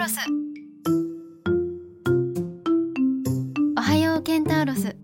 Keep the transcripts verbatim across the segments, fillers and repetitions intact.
ロス。おはようケンタウロス。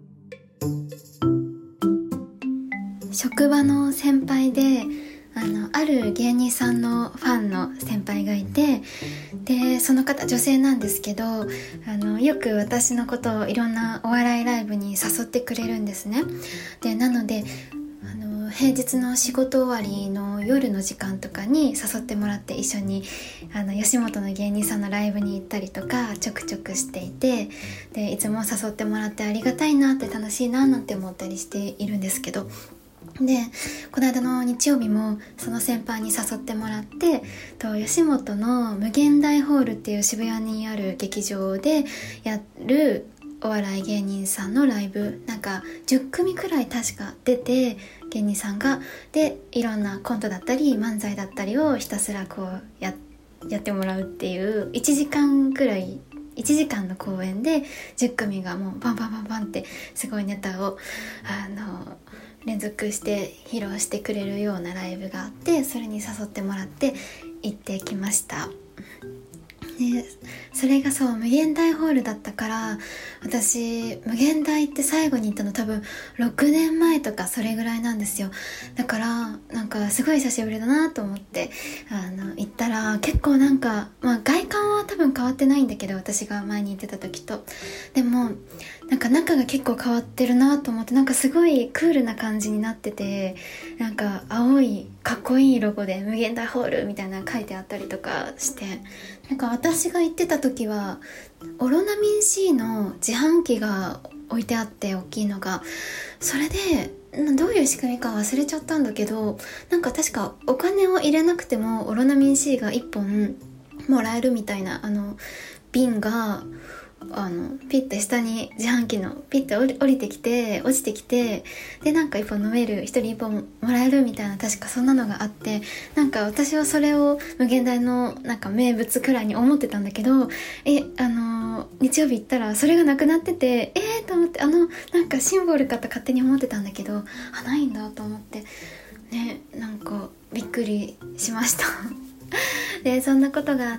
職場の先輩であのある芸人さんのファンの先輩がいて、でその方女性なんですけど、あのよく私のことをいろんなお笑いライブに誘ってくれるんですね。でなのであの平日の仕事終わりの夜の時間とかに誘ってもらって一緒にあの吉本の芸人さんのライブに行ったりとかちょくちょくしていて、でいつも誘ってもらってありがたいなって楽しいななんて思ったりしているんですけど、でこの間の日曜日もその先輩に誘ってもらってと吉本の無限大ホールっていう渋谷にある劇場でやるお笑い芸人さんのライブ、なんかじゅっくみくらい確か出て、芸人さんがでいろんなコントだったり漫才だったりをひたすらこう や, やってもらうっていういちじかんくらいいちじかんの公演でじゅっくみがもうバンバンバンバンってすごいネタをあの連続して披露してくれるようなライブがあって、それに誘ってもらって行ってきました。でそれがそう無限大ホールだったから、私無限大って最後に行ったの多分ろくねんまえとかそれぐらいなんですよ。だからなんかすごい久しぶりだなと思ってあの行ったら、結構なんか、まあ、外観は多分変わってないんだけど、私が前に行ってた時とでもなんか中が結構変わってるなと思って、なんかすごいクールな感じになってて、なんか青いかっこいいロゴで無限大ホールみたいなの書いてあったりとかして、なんか私が行ってた時はオロナミン C の自販機が置いてあって、大きいのが、それでどういう仕組みか忘れちゃったんだけど、なんか確かお金を入れなくてもオロナミン C がいっぽんもらえるみたいな、あの瓶があのピッて下に自販機のピッて降り、降りてきて落ちてきて、でなんか一本飲める、一人一本もらえるみたいな、確かそんなのがあって、なんか私はそれを無限大のなんか名物くらいに思ってたんだけど、えあの日曜日行ったらそれがなくなってて、えーと思って、あのなんかシンボルかと勝手に思ってたんだけど、あないんだと思ってね、なんかびっくりしましたでそんなことがあって、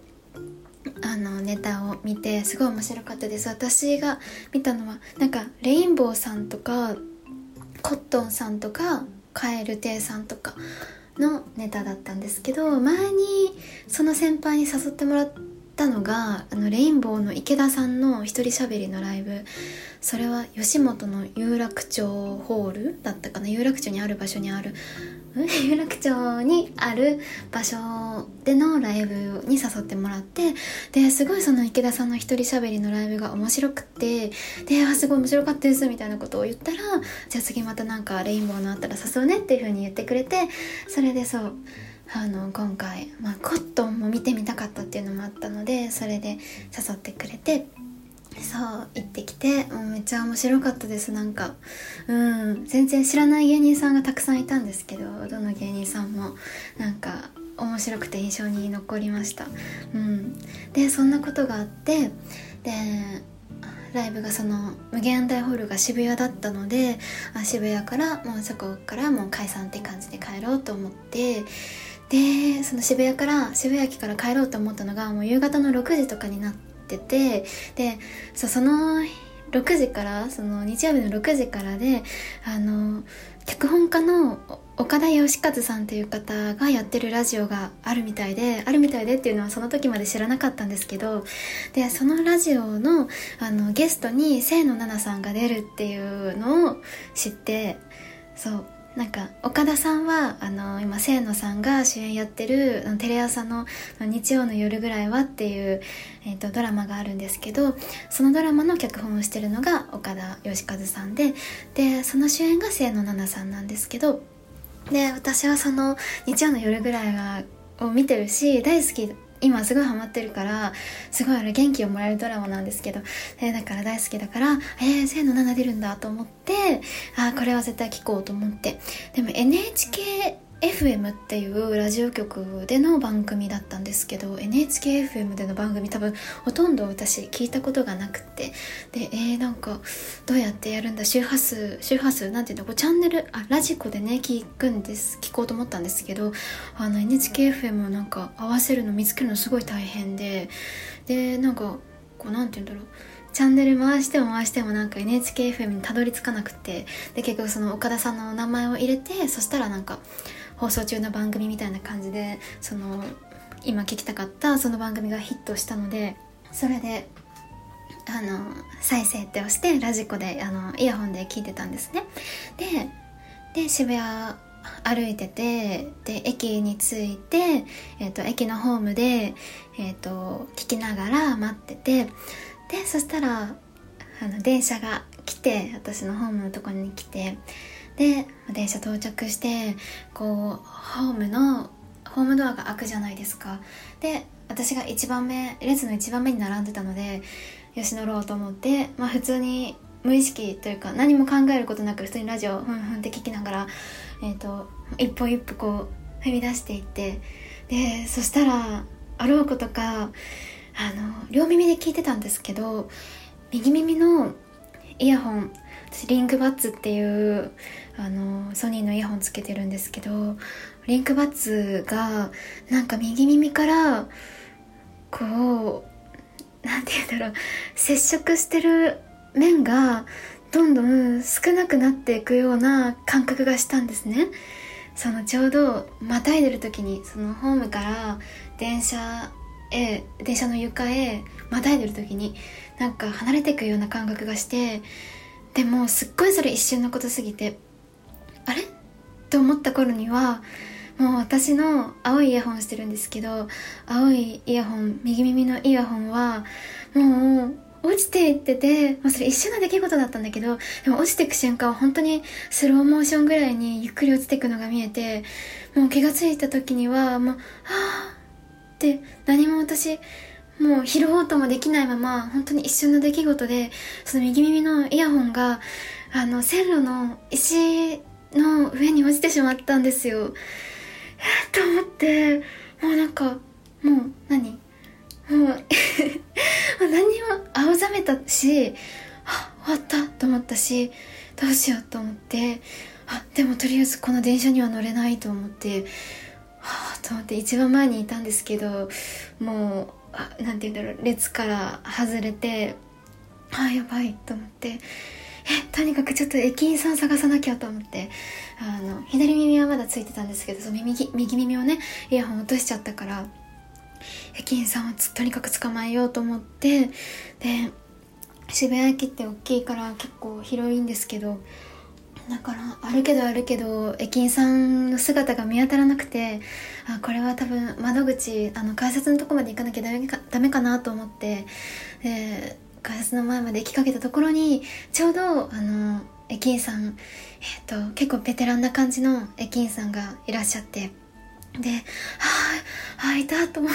あのネタを見てすごい面白かったです。私が見たのはなんかレインボーさんとかコットンさんとかカエル亭さんとかのネタだったんですけど、前にその先輩に誘ってもらったのがあのレインボーの池田さんの一人喋りのライブ、それは吉本の有楽町ホールだったかな、有楽町にある場所にある有楽町にある場所でのライブに誘ってもらって、ですごいその池田さんの一人喋りのライブが面白くて、であすごい面白かったですみたいなことを言ったら、じゃあ次またなんかレインボーのあったら誘うねっていう風に言ってくれて、それでそうあの今回、まあ、コットンも見てみたかったっていうのもあったので、それで誘ってくれてそう行ってきて、もうめっちゃ面白かったです。なんかうん全然知らない芸人さんがたくさんいたんですけど、どの芸人さんもなんか面白くて印象に残りました。うんでそんなことがあって、でライブがその無限大ホールが渋谷だったので、あ渋谷からもうそこからもう解散って感じで帰ろうと思って、でその渋谷から渋谷駅から帰ろうと思ったのがもう夕方のろくじとかになってて、で そ, そのろくじからその日曜日のろくじからで、あの脚本家の岡田義和さんという方がやってるラジオがあるみたいで、あるみたいでっていうのはその時まで知らなかったんですけど、でそのラジオ の, あのゲストに清野菜名さんが出るっていうのを知って、そうなんか岡田さんはあの今清野さんが主演やってるテレ朝の日曜の夜ぐらいはっていう、えー、とドラマがあるんですけど、そのドラマの脚本をしてるのが岡田義和さんで、でその主演が清野菜名さんなんですけど、で私はその日曜の夜ぐらいはを見てるし大好き、今すごいハマってるから、すごいあれ元気をもらえるドラマなんですけど、えー、だから大好きだから、えー、清野菜名出るんだと思って、あこれは絶対聞こうと思って、でも エヌエイチケーエフエム っていうラジオ局での番組だったんですけど、 エヌエイチケーエフエム での番組多分ほとんど私聞いたことがなくて、でえー、なんかどうやってやるんだ、周波数周波数なんていうの、こうチャンネルあラジコでね聞くんです聞こうと思ったんですけど、あの エヌエイチケーエフエム をなんか合わせるの見つけるのすごい大変で、でなんかこうなんていうんだろう、チャンネル回しても回してもなんか エヌエイチケーエフエム にたどり着かなくて、で結局その岡田さんの名前を入れて、そしたらなんか放送中の番組みたいな感じで、その今聞きたかったその番組がヒットしたので、それであの再生って押してラジコであのイヤホンで聞いてたんですね。でで渋谷歩いてて、で駅に着いて、えー、と駅のホームで、えー、と聞きながら待ってて、でそしたらあの電車が来て、私のホームのところに来て、で電車到着して、こうホームのホームドアが開くじゃないですか。で私が一番目、列の一番目に並んでたので、よし乗ろうと思って、まあ、普通に無意識というか何も考えることなく普通にラジオふんふんって聞きながら、えーと、一歩一歩こう踏み出していって、でそしたらあろうことかあの両耳で聞いてたんですけど、右耳のイヤホン、私リンクバッツっていうあのソニーのイヤホンつけてるんですけど、リンクバッツがなんか右耳からこうなんて言うんだろう、接触してる面がどんどん少なくなっていくような感覚がしたんですね。そのちょうどまたいでる時に、そのホームから電車へ電車の床へまたいでる時になんか離れていくような感覚がして、でもすっごいそれ一瞬のことすぎて、あれと思った頃にはもう私の青いイヤホンしてるんですけど、青いイヤホン、右耳のイヤホンはもう落ちていってて、もうそれ一瞬の出来事だったんだけど、でも落ちていく瞬間は本当にスローモーションぐらいにゆっくり落ちていくのが見えて、もう気がついた時にはもうはぁって何も私もう拾おうともできないまま、本当に一瞬の出来事でその右耳のイヤホンがあの線路の石の上に落ちてしまったんですよ。えと思って、もうなんかもう何もう何にも青ざめたし、あ終わったと思ったし、どうしようと思って、あでもとりあえずこの電車には乗れないと思って、はあと思って一番前にいたんですけど、もうあなんて言うんだろう、列から外れて、あやばいと思って、えとにかくちょっと駅員さん探さなきゃと思って、あの左耳はまだついてたんですけど、その右、右耳をねイヤホン落としちゃったから、駅員さんをとにかく捕まえようと思って、で渋谷駅って大きいから結構広いんですけど、だからあるけどあるけど駅員さんの姿が見当たらなくて、あこれは多分窓口、あの改札のとこまで行かなきゃダメか、ダメかなと思って、で改札の前まで行きかけたところにちょうどあの駅員さん、えーと、結構ベテランな感じの駅員さんがいらっしゃって、で、はぁ、あ、いたと思って、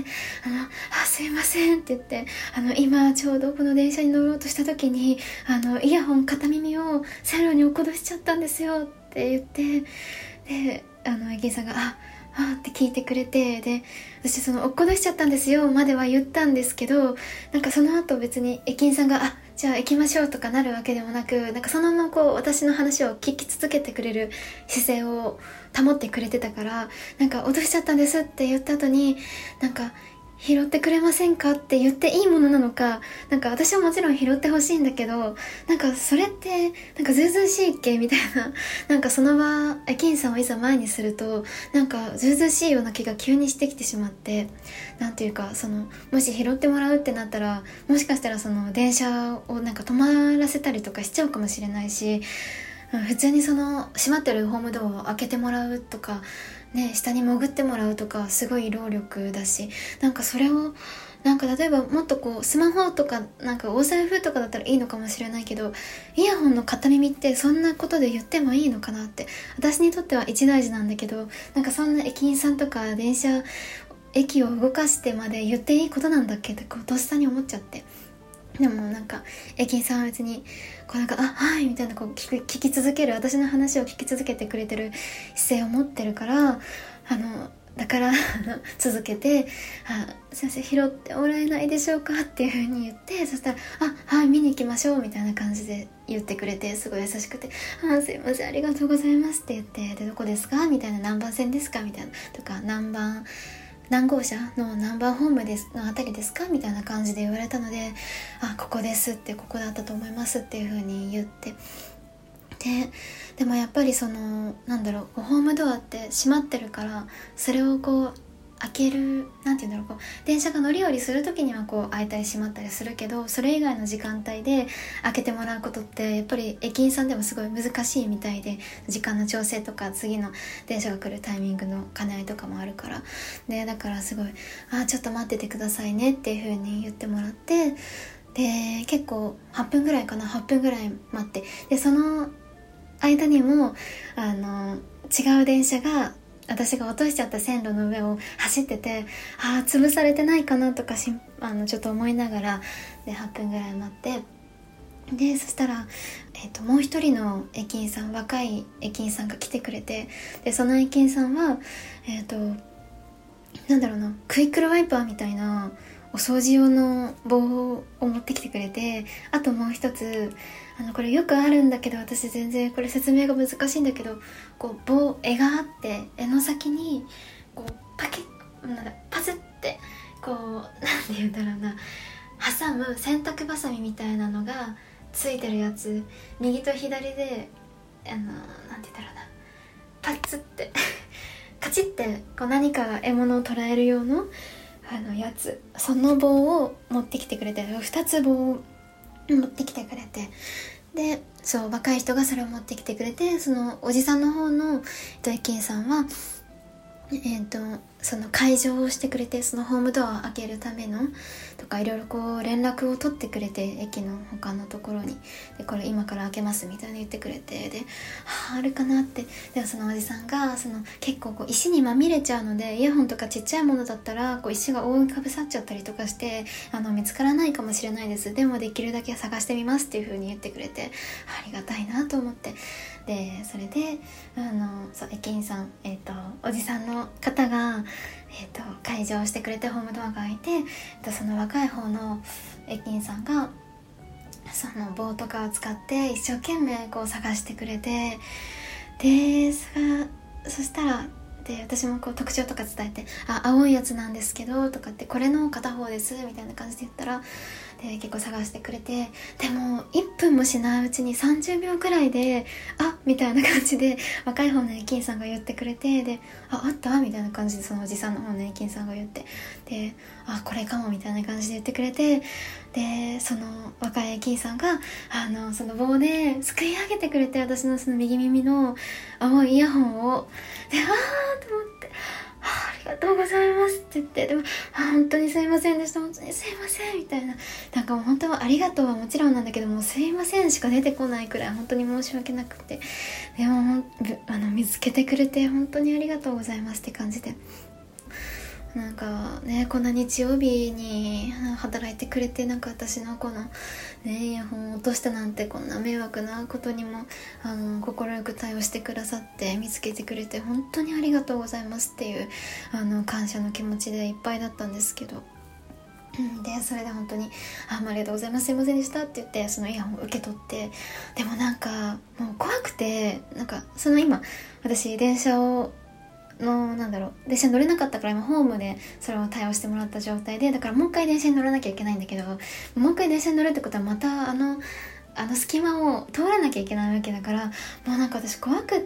あの、あ、すいませんって言って、あの、今ちょうどこの電車に乗ろうとした時に、あの、イヤホン片耳を線路に落っことしちゃったんですよって言って、で、あの、駅員さんが、あ、あって聞いてくれて、で、私その落っことしちゃったんですよまでは言ったんですけど、なんかその後別に駅員さんが、あ、じゃあ行きましょうとかなるわけでもなく、なんかそのままこう私の話を聞き続けてくれる姿勢を保ってくれてたから、なんか落としちゃったんですって言った後に、なんか拾ってくれませんかって言っていいものなのか、なんか私はもちろん拾ってほしいんだけど、なんかそれってなんかずうずうしいっけみたいな、なんかその場駅員さんをいざ前にするとなんかずうずうしいような気が急にしてきてしまって、なんていうか、そのもし拾ってもらうってなったら、もしかしたらその電車をなんか止まらせたりとかしちゃうかもしれないし、普通にその閉まってるホームドアを開けてもらうとかね、下に潜ってもらうとかすごい労力だし、なんかそれをなんか例えばもっとこうスマホとかなんかお財布とかだったらいいのかもしれないけど、イヤホンの片耳ってそんなことで言ってもいいのかなって、私にとっては一大事なんだけど、なんかそんな駅員さんとか電車駅を動かしてまで言っていいことなんだっけってこうとっさに思っちゃって、 でもなんか駅員さんは別にこうなんかあはいみたいなこう聞き、聞き続ける、私の話を聞き続けてくれてる姿勢を持ってるから、あのだから続けてあ先生拾ってもらえないでしょうかっていう風に言って、そしたらあはい見に行きましょうみたいな感じで言ってくれて、すごい優しくてあすいませんありがとうございますって言って、でどこですかみたいな、何番線ですかみたいなとか、何番何号車の何番ホームですのあたりですかみたいな感じで言われたので、あここですって、ここだったと思いますっていう風に言って、ででもやっぱりそのなんだろう、ホームドアって閉まってるから、それをこう開ける、なんていうんだろう、こう電車が乗り降りする時にはこう開いたり閉まったりするけど、それ以外の時間帯で開けてもらうことってやっぱり駅員さんでもすごい難しいみたいで、時間の調整とか次の電車が来るタイミングの兼ね合いとかもあるから、でだからすごいあちょっと待っててくださいねっていう風に言ってもらって、で結構はっぷんぐらいかなはっぷんぐらい待って、でその間にもあの違う電車が私が落としちゃった線路の上を走ってて、あー潰されてないかなとかしあのちょっと思いながらではっぷんぐらい待って、でそしたら、えーと、もう一人の駅員さん、若い駅員さんが来てくれて、でその駅員さんはえっとなんだろうな、クイックルワイパーみたいなお掃除用の棒を持ってきてくれて、あともう一つあのこれよくあるんだけど、私全然これ説明が難しいんだけど、こう棒絵があって、絵の先にこうパキッなんかパズってこうなんて言うんだろうな、挟む洗濯バサミみたいなのがついてるやつ、右と左であのなんて言うんだろうな、パッツってカチってこう何かが獲物を捉える用のあのやつ、その棒を持ってきてくれて、ふたつ棒を持ってきてくれて、でそう若い人がそれを持ってきてくれて、そのおじさんの方の駅員さんはえーとその解錠をしてくれて、そのホームドアを開けるためのとかいろいろこう連絡を取ってくれて、駅の他のところにでこれ今から開けますみたいに言ってくれて、でああるかなって、でもそのおじさんがその結構こう石にまみれちゃうので、イヤホンとかちっちゃいものだったらこう石が覆いかぶさっちゃったりとかしてあの見つからないかもしれないです、でもできるだけ探してみますっていう風に言ってくれて、ありがたいなと思って、でそれであのそう駅員さん、えーとおじさんの方がえー、と解錠してくれて、ホームドアが開いて、その若い方の駅員さんがその棒とかを使って一生懸命こう探してくれて、で そ, そしたらで私もこう特徴とか伝えて、あ青いやつなんですけどとかって、これの片方ですみたいな感じで言ったら、で結構探してくれて、でもいっぷんもしないうちにさんじゅうびょうくらいであみたいな感じで若い方の駅員さんが言ってくれて、でああったみたいな感じでそのおじさんの方の駅員さんが言って、であこれかもみたいな感じで言ってくれて、でその若い駅員さんがあのその棒ですくい上げてくれて、私のその右耳の青いイヤホンを、であーと思って、ありがとうございますって言って、でも本当にすいませんでした、本当にすいませんみたいな、なんかもう本当はありがとうはもちろんなんだけども、すいませんしか出てこないくらい本当に申し訳なくて、でもあの見つけてくれて本当にありがとうございますって感じで、なんかねこんな日曜日に働いてくれて、なんか私のこのねイヤホンを落としたなんてこんな迷惑なことにもあの心よく対応してくださって見つけてくれて本当にありがとうございますっていうあの感謝の気持ちでいっぱいだったんですけど、でそれで本当に あ, ありがとうございますすいませんでしたって言ってそのイヤホンを受け取って、でもなんかもう怖くて、なんかその今私電車をのなんだろう電車に乗れなかったから今ホームでそれを対応してもらった状態で、だからもう一回電車に乗らなきゃいけないんだけど、もう一回電車に乗るってことはまたあのあの隙間を通らなきゃいけないわけだから、もうなんか私怖くって、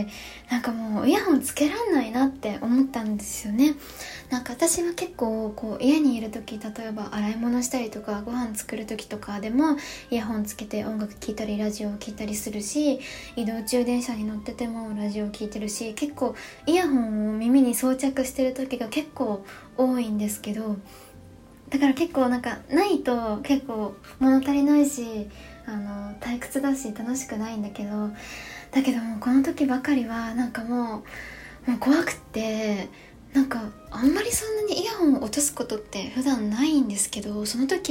なんかもうイヤホンつけらんないなって思ったんですよね。なんか私は結構こう家にいる時、例えば洗い物したりとかご飯作る時とかでもイヤホンつけて音楽聴いたりラジオを聴いたりするし、移動中電車に乗っててもラジオを聴いてるし、結構イヤホンを耳に装着してる時が結構多いんですけど、だから結構なんかないと結構物足りないし、あの退屈だし楽しくないんだけど、だけどもこの時ばかりはなんかもう、もう怖くって、なんかあんまりそんなにイヤホンを落とすことって普段ないんですけど、その時は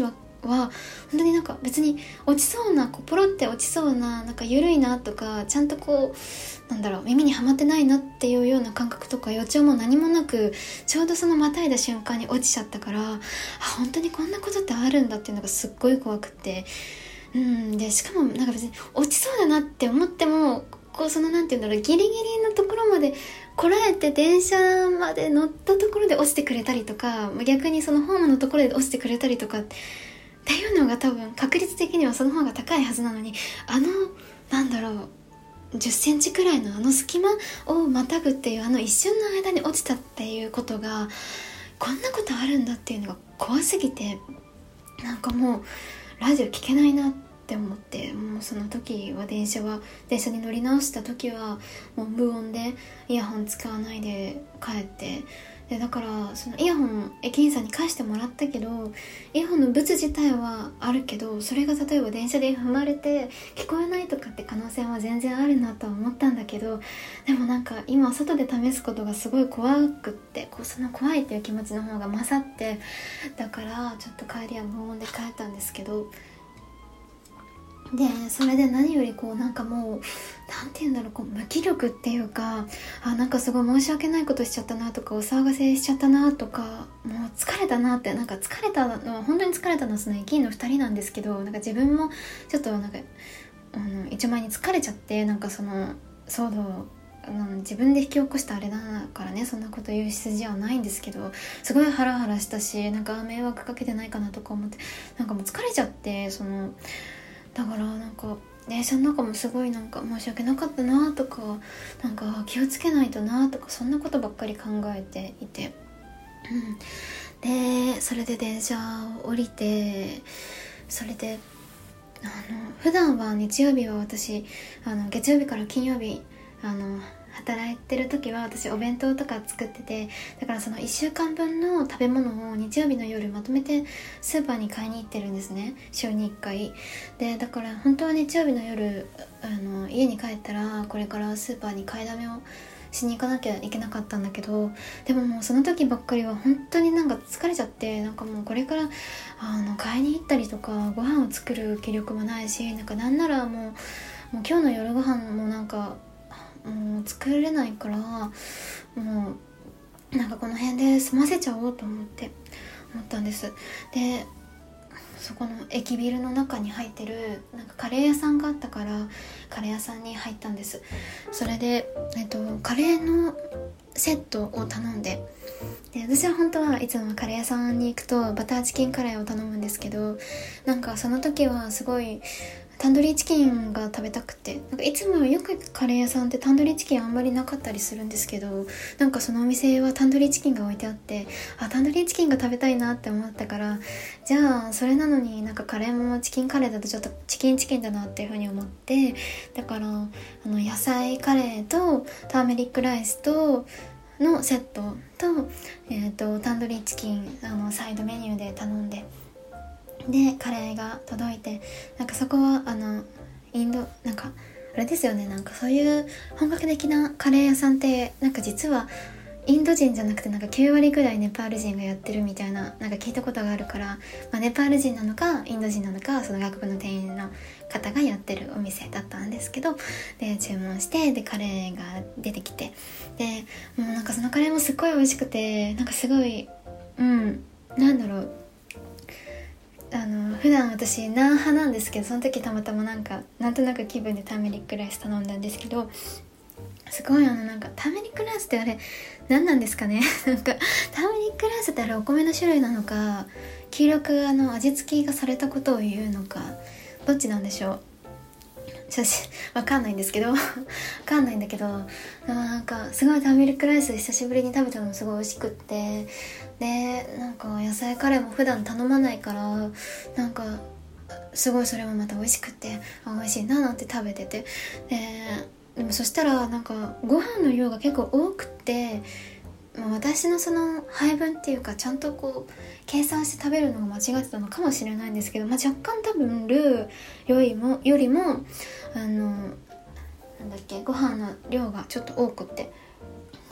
は本当になんか別に落ちそうなこうポロって落ちそうななんか緩いなとかちゃんとこうなんだろう耳にはまってないなっていうような感覚とか予兆も何もなくちょうどそのまたいだ瞬間に落ちちゃったからあ本当にこんなことってあるんだっていうのがすっごい怖くってうんでしかもなんか別に落ちそうだなって思ってもこうそのなんていうんだろうギリギリのところまでこらえて電車まで乗ったところで落ちてくれたりとか逆にそのホームのところで落ちてくれたりとかっていうのが多分確率的にはその方が高いはずなのにあのなんだろうじゅっセンチくらいのあの隙間をまたぐっていうあの一瞬の間に落ちたっていうことがこんなことあるんだっていうのが怖すぎてなんかもうラジオ聞けないなって思ってもうその時は電車は電車に乗り直した時はもう無音でイヤホン使わないで帰ってでだからそのイヤホン駅員さんに返してもらったけどイヤホンのブツ自体はあるけどそれが例えば電車で踏まれて聞こえないとかって可能性は全然あるなとは思ったんだけどでもなんか今外で試すことがすごい怖くってこうその怖いっていう気持ちの方が勝ってだからちょっと帰りは無音で帰ったんですけどでそれで何よりこうなんかもうなんて言うんだろうこう無気力っていうかあなんかすごい申し訳ないことしちゃったなとかお騒がせしちゃったなとかもう疲れたなってなんか疲れたのは本当に疲れたのはその駅員のふたりなんですけどなんか自分もちょっとなんかあの一枚に疲れちゃってなんかその騒動あの自分で引き起こしたあれだからねそんなこと言う筋はないんですけどすごいハラハラしたしなんか迷惑かけてないかなとか思ってなんかもう疲れちゃってそのだからなんか電車の中もすごいなんか申し訳なかったなとかなんか気をつけないとなとかそんなことばっかり考えていて、うん、でそれで電車を降りてそれであの普段は日曜日は私あの月曜日から金曜日あの働いてる時は私お弁当とか作っててだからそのいっしゅうかんぶんの食べ物を日曜日の夜まとめてスーパーに買いに行ってるんですね週にいっかいでだから本当は日曜日の夜あの家に帰ったらこれからスーパーに買いだめをしに行かなきゃいけなかったんだけどでももうその時ばっかりは本当になんか疲れちゃってなんかもうこれからあの買いに行ったりとかご飯を作る気力もないしなんかなんならもう、もう今日の夜ご飯もなんかもう作れないからもうなんかこの辺で済ませちゃおうと思って思ったんですでそこの駅ビルの中に入ってるなんかカレー屋さんがあったからカレー屋さんに入ったんですそれで、えっと、カレーのセットを頼んでで私は本当はいつもカレー屋さんに行くとバターチキンカレーを頼むんですけどなんかその時はすごいタンドリーチキンが食べたくてなんかいつもよく行くカレー屋さんってタンドリーチキンあんまりなかったりするんですけどなんかそのお店はタンドリーチキンが置いてあってあタンドリーチキンが食べたいなって思ったからじゃあそれなのになんかカレーもチキンカレーだとちょっとチキンチキンだなっていう風に思ってだからあの野菜カレーとターメリックライスとのセットと、えーと、タンドリーチキンあのサイドメニューで頼んででカレーが届いてなんかそこはあのインドなんかあれですよねなんかそういう本格的なカレー屋さんってなんか実はインド人じゃなくてなんかきゅうわりくらいネパール人がやってるみたいななんか聞いたことがあるから、まあ、ネパール人なのかインド人なのかその外国の店員の方がやってるお店だったんですけどで注文してでカレーが出てきてでもうなんかそのカレーもすっごい美味しくてなんかすごいうんなんだろうあの普段私ナン派なんですけどその時たまたまなんかなんとなく気分でターメリックライス頼んだんですけどすごいあのなんかターメリックライスってあれ何なんですかねなんかターメリックライスってあれお米の種類なのか黄色くあの味付けがされたことを言うのかどっちなんでしょうわかんないんですけどわかんないんだけどなんかすごいターメリックライス久しぶりに食べたのすごい美味しくってでなんか野菜カレーも普段頼まないからなんかすごいそれもまた美味しくってあ美味しいななんて食べててででもそしたらなんかご飯の量が結構多くって私のその配分っていうかちゃんとこう計算して食べるのが間違ってたのかもしれないんですけど、まあ、若干多分ルーよりもよりもあのなんだっけご飯の量がちょっと多くって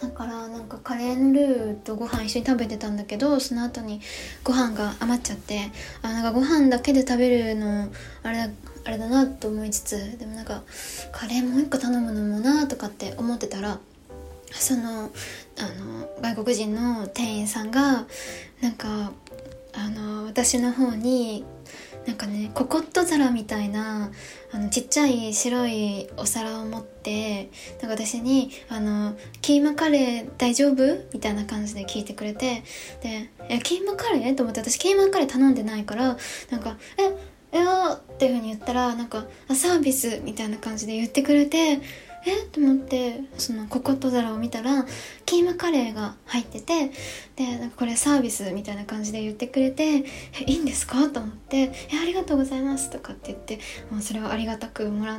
だからなんかカレールーとご飯一緒に食べてたんだけど、その後にご飯が余っちゃって、あなんかご飯だけで食べるのあれだあれだなと思いつつ、でもなんかカレーもう一個頼むのもなとかって思ってたら、そのあの外国人の店員さんがなんかあの私の方になんかねココット皿みたいなあのちっちゃい白いお皿を持ってなんか私にあのキーマカレー大丈夫みたいな感じで聞いてくれて、でえキーマカレーと思って、私キーマカレー頼んでないからなんかえいやっていう風に言ったらなんかあサービスみたいな感じで言ってくれて、えと思ってそのココット皿を見たらキーマカレーが入ってて、でなんかこれサービスみたいな感じで言ってくれて、えいいんですかと思って、えありがとうございますとかって言って、もうそれをありがたくもらって、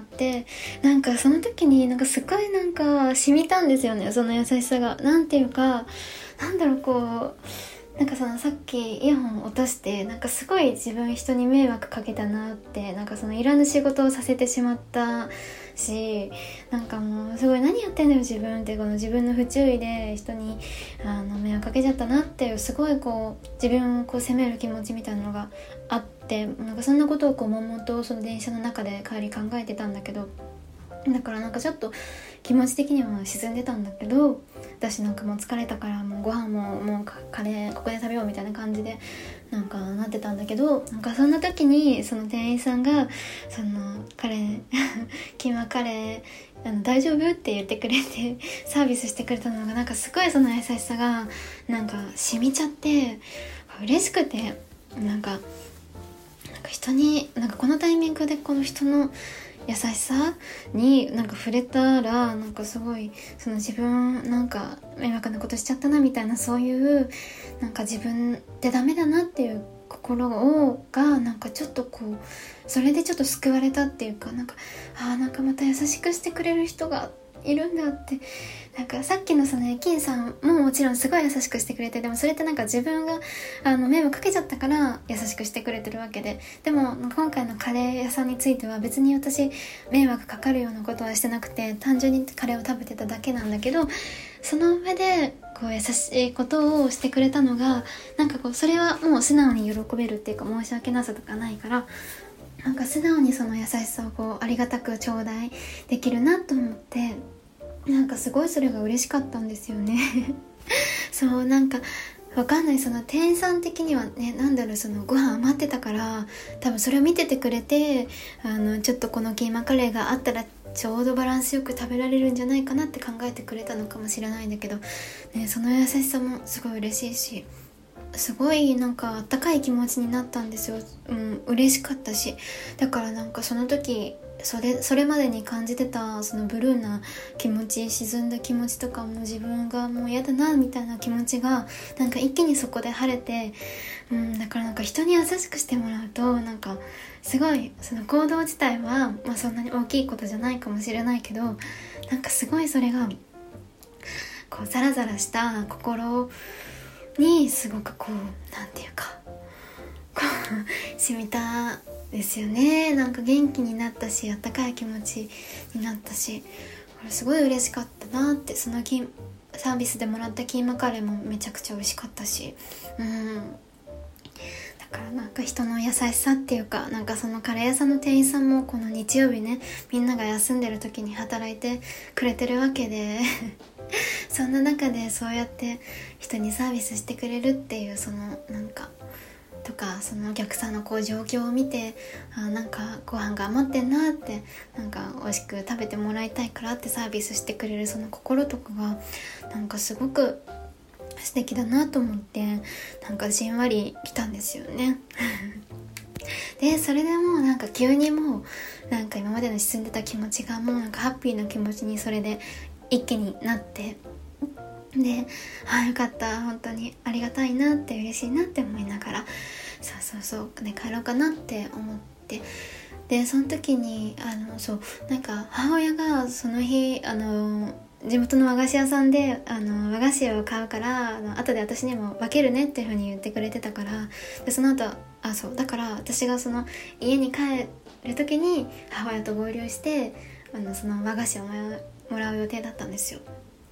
なんかその時になんかすごいなんか染みたんですよね、その優しさが。なんていうかなんだろうこうなんかそのさっきイヤホン落としてなんかすごい自分人に迷惑かけたなって、なんかそのいらぬ仕事をさせてしまったし、なんかもうすごい何やってんだよ自分って、この自分の不注意で人にあの迷惑かけちゃったなっていうすごいこう自分をこう責める気持ちみたいなのがあって、なんかそんなことをこう悶々とその電車の中で帰り考えてたんだけど、だからなんかちょっと気持ち的には沈んでたんだけど、私なんかもう疲れたからもうご飯ももうカレーここで食べようみたいな感じでなんかなってたんだけど、なんかそんな時にその店員さんがそのカレーキーマカレーあの大丈夫って言ってくれてサービスしてくれたのがなんかすごいその優しさがなんか染みちゃって嬉しくて、なんかなんか人になんかこのタイミングでこの人の優しさになんか触れたらなんかすごいその自分なんか迷惑なことしちゃったなみたいな、そういうなんか自分ってダメだなっていう心をがなんかちょっとこうそれでちょっと救われたっていうか、なんかあーなんかまた優しくしてくれる人がいるんだって、なんかさっきのその駅員さんももちろんすごい優しくしてくれて、でもそれってなんか自分があの迷惑かけちゃったから優しくしてくれてるわけで、でも今回のカレー屋さんについては別に私迷惑かかるようなことはしてなくて、単純にカレーを食べてただけなんだけど、その上でこう優しいことをしてくれたのがなんかこうそれはもう素直に喜べるっていうか、申し訳なさとかないから、なんか素直にその優しさをこうありがたく頂戴できるなと思って、なんかすごいそれが嬉しかったんですよねそうなんかわかんない、その店員さん的にはね、なんだろう、そのご飯余ってたから多分それを見ててくれて、あのちょっとこのキーマカレーがあったらちょうどバランスよく食べられるんじゃないかなって考えてくれたのかもしれないんだけど、ね、その優しさもすごい嬉しいし、すごいなんかあったかい気持ちになったんですよ、うん、嬉しかったし、だからなんかその時それ、それまでに感じてたそのブルーな気持ち、沈んだ気持ちとかも自分がもう嫌だなみたいな気持ちがなんか一気にそこで晴れて、うん、だからなんか人に優しくしてもらうとなんかすごいその行動自体は、まあ、そんなに大きいことじゃないかもしれないけど、なんかすごいそれがこうザラザラした心にすごくこうなんていうかこう染みたですよね。なんか元気になったし、あったかい気持ちになったし、これすごい嬉しかったなって。そのキサービスでもらったキーマカレーもめちゃくちゃ美味しかったし、うんだからなんか人の優しさっていうか、なんかそのカレー屋さんの店員さんもこの日曜日ね、みんなが休んでる時に働いてくれてるわけでそんな中でそうやって人にサービスしてくれるっていう、そのなんかとか、そのお客さんのこう状況を見て、あなんかご飯が余ってんなって、なんか美味しく食べてもらいたいからってサービスしてくれるその心とかがなんかすごく素敵だなと思って、なんかじんわり来たんですよねでそれでもうなんか急にもうなんか今までの沈んでた気持ちがもうなんかハッピーな気持ちにそれで一気になって、で、あよかった本当にありがたいなって嬉しいなって思いながら、そうそうそうね帰ろうかなって思って、でその時にあのそうなんか母親がその日あの地元の和菓子屋さんであの和菓子を買うからあの後で私にも分けるねっていう風に言ってくれてたから、でその後あそうだから私がその家に帰る時に母親と合流してあのその和菓子をもらう予定だったんですよ。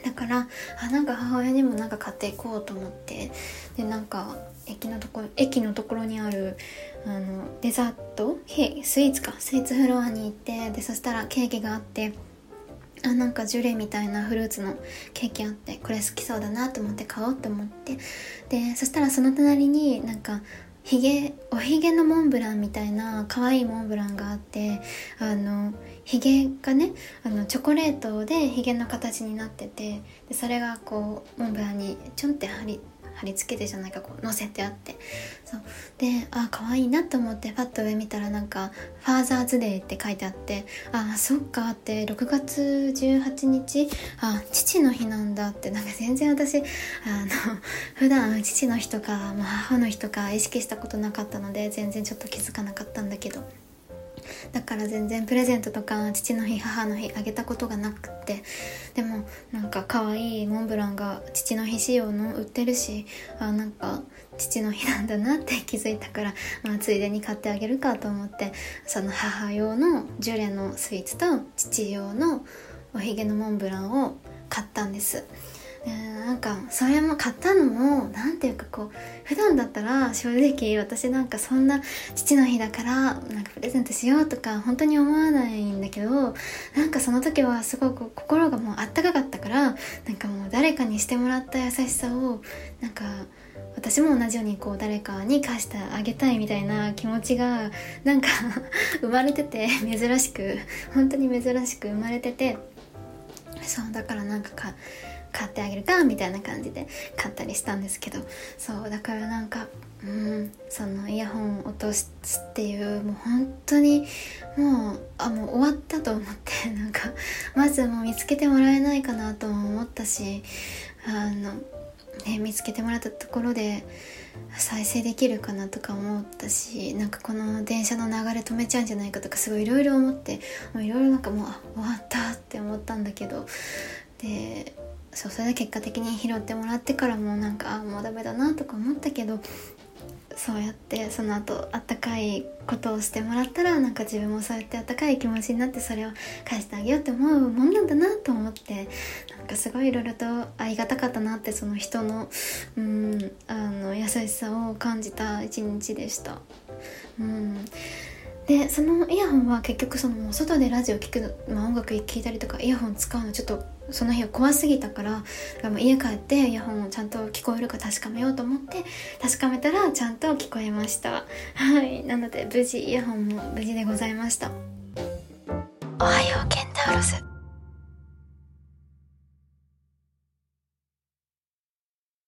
だからあなんか母親にもなんか買っていこうと思って、でなんか駅のところ駅のところにあるあのデザートスイーツかスイーツフロアに行って、でそしたらケーキがあって、あなんかジュレみたいなフルーツのケーキあって、これ好きそうだなと思って買おうと思って、でそしたらその隣になんかひげおひげのモンブランみたいな可愛いモンブランがあって、あのひげがねあのチョコレートでひげの形になってて、でそれがこうモンブランにちょんって貼り貼り付けてじゃないかこう乗せてあって、そうであ可愛いなと思ってパッと上見たらなんかファーザーズデーって書いてあって、あそっかってろくがつじゅうはちにちあ父の日なんだって、なんか全然私あの普段父の日とか、まあ、母の日とか意識したことなかったので全然ちょっと気づかなかったんだけど、だから全然プレゼントとか父の日母の日あげたことがなくって、でもなんか可愛いモンブランが父の日仕様の売ってるし、あなんか父の日なんだなって気づいたから、まあ、ついでに買ってあげるかと思って、その母用のジュレのスイーツと父用のおひげのモンブランを買ったんです。なんかそれも買ったのもなんていうかこう普段だったら正直私なんかそんな父の日だからなんかプレゼントしようとか本当に思わないんだけど、なんかその時はすごく心がもうあったかかったから、なんかもう誰かにしてもらった優しさをなんか私も同じようにこう誰かに貸してあげたいみたいな気持ちがなんか生まれてて、珍しく本当に珍しく生まれてて、そうだからなんかか買ってあげるかみたいな感じで買ったりしたんですけど、そうだからなんかうんそのイヤホンを落とすっていうもう本当にもうあもう終わったと思って、なんかまずもう見つけてもらえないかなとも思ったし、あの、ね、見つけてもらったところで再生できるかなとか思ったし、なんかこの電車の流れ止めちゃうんじゃないかとかすごいいろいろ思って、もういろいろなんかもうあ終わったって思ったんだけど、でそうそれで結果的に拾ってもらってからもなんかあもうダメだなとか思ったけど、そうやってその後あったかいことをしてもらったらなんか自分もそうやってあったかい気持ちになってそれを返してあげようって思うもんなんだなと思って、なんかすごいいろいろとありがたかったなって、その人のうんあの優しさを感じた一日でした。うんでそのイヤホンは結局その外でラジオ聴く、まあ、音楽聴いたりとかイヤホン使うのちょっとその日は怖すぎたから、からもう家帰ってイヤホンをちゃんと聞こえるか確かめようと思って確かめたらちゃんと聞こえました。はいなので無事イヤホンも無事でございました。おはようケンタウロス。